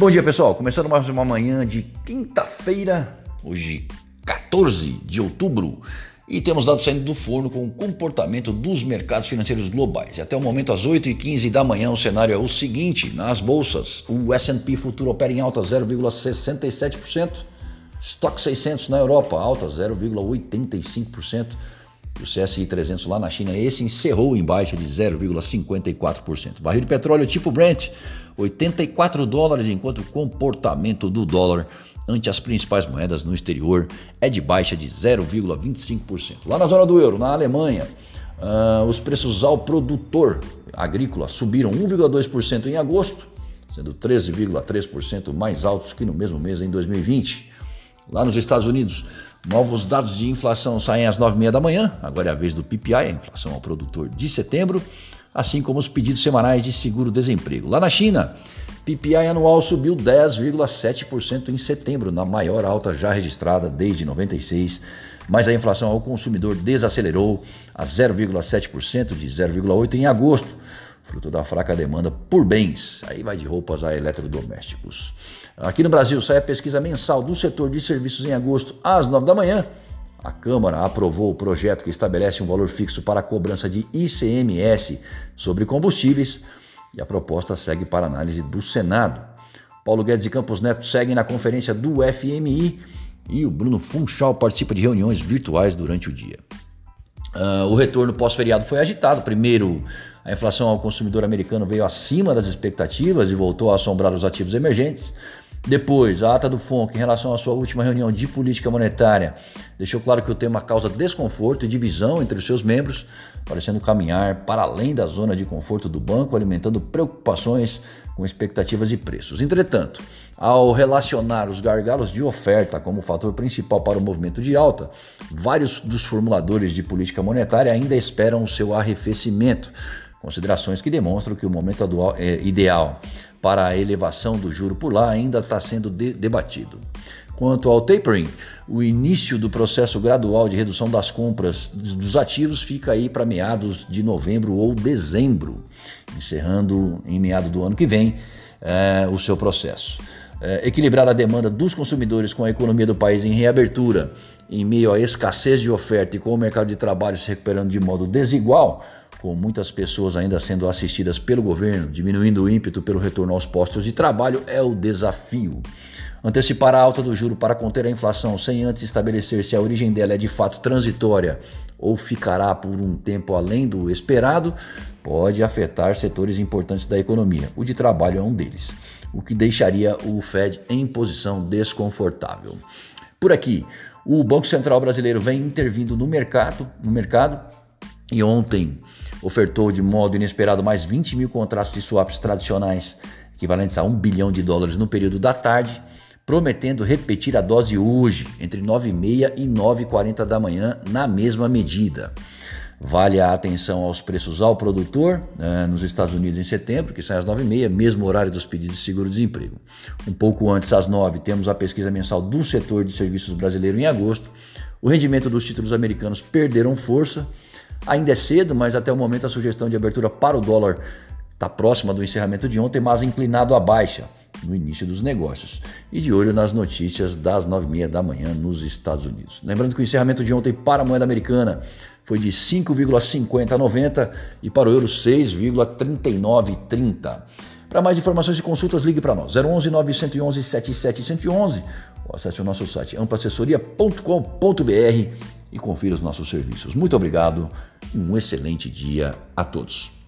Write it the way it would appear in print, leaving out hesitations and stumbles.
Bom dia, pessoal. Começando mais uma manhã de quinta-feira, hoje 14 de outubro, e temos dados saindo do forno com o comportamento dos mercados financeiros globais. E até o momento, às 8h15 da manhã, o cenário é o seguinte: nas bolsas, o S&P futuro opera em alta 0,67%, Stock 600 na Europa, alta 0,85%, e o CSI 300 lá na China, esse encerrou em baixa de 0,54%. Barril de petróleo tipo Brent, $84, enquanto o comportamento do dólar ante as principais moedas no exterior é de baixa de 0,25%. Lá na zona do euro, na Alemanha, os preços ao produtor agrícola subiram 1,2% em agosto, sendo 13,3% mais altos que no mesmo mês em 2020. Lá nos Estados Unidos, novos dados de inflação saem às 9h30 da manhã, agora é a vez do PPI, a inflação ao produtor de setembro, assim como os pedidos semanais de seguro-desemprego. Lá na China, PPI anual subiu 10,7% em setembro, na maior alta já registrada desde 96, mas a inflação ao consumidor desacelerou a 0,7% de 0,8% em agosto, fruto da fraca demanda por bens, aí vai de roupas a eletrodomésticos. Aqui no Brasil sai a pesquisa mensal do setor de serviços em agosto às 9h da manhã. A Câmara aprovou o projeto que estabelece um valor fixo para a cobrança de ICMS sobre combustíveis e a proposta segue para análise do Senado. Paulo Guedes e Campos Neto seguem na conferência do FMI e o Bruno Funchal participa de reuniões virtuais durante o dia. O retorno pós-feriado foi agitado. Primeiro, a inflação ao consumidor americano veio acima das expectativas e voltou a assombrar os ativos emergentes. Depois, a ata do FONC em relação à sua última reunião de política monetária deixou claro que o tema causa desconforto e divisão entre os seus membros, parecendo caminhar para além da zona de conforto do banco, alimentando preocupações com expectativas de preços. Entretanto, ao relacionar os gargalos de oferta como fator principal para o movimento de alta, vários dos formuladores de política monetária ainda esperam o seu arrefecimento, considerações que demonstram que o momento ideal para a elevação do juro por lá ainda está sendo debatido. Quanto ao tapering, o início do processo gradual de redução das compras dos ativos fica aí para meados de novembro ou dezembro, encerrando em meados do ano que vem o seu processo. Equilibrar a demanda dos consumidores com a economia do país em reabertura, em meio à escassez de oferta e com o mercado de trabalho se recuperando de modo desigual, com muitas pessoas ainda sendo assistidas pelo governo, diminuindo o ímpeto pelo retorno aos postos de trabalho, é o desafio. Antecipar a alta do juro para conter a inflação sem antes estabelecer se a origem dela é de fato transitória ou ficará por um tempo além do esperado, pode afetar setores importantes da economia. O de trabalho é um deles, o que deixaria o Fed em posição desconfortável. Por aqui, o Banco Central brasileiro vem intervindo no mercado e ontem ofertou de modo inesperado mais 20 mil contratos de swaps tradicionais, equivalentes a $1 bilhão no período da tarde, prometendo repetir a dose hoje, entre 9h30 e 9h40 da manhã, na mesma medida. Vale a atenção aos preços ao produtor nos Estados Unidos em setembro, que sai às 9h30, mesmo horário dos pedidos de seguro-desemprego. Um pouco antes, às 9h, temos a pesquisa mensal do setor de serviços brasileiro em agosto. O rendimento dos títulos americanos perderam força. Ainda é cedo, mas até o momento a sugestão de abertura para o dólar está próxima do encerramento de ontem, mas inclinado à baixa no início dos negócios. E de olho nas notícias das 9h30 da manhã nos Estados Unidos. Lembrando que o encerramento de ontem para a moeda americana foi de 5,5090 e para o euro 6,3930. Para mais informações e consultas, ligue para nós, 011 911 7711 ou acesse o nosso site amplasessoria.com.br e confira os nossos serviços. Muito obrigado e um excelente dia a todos.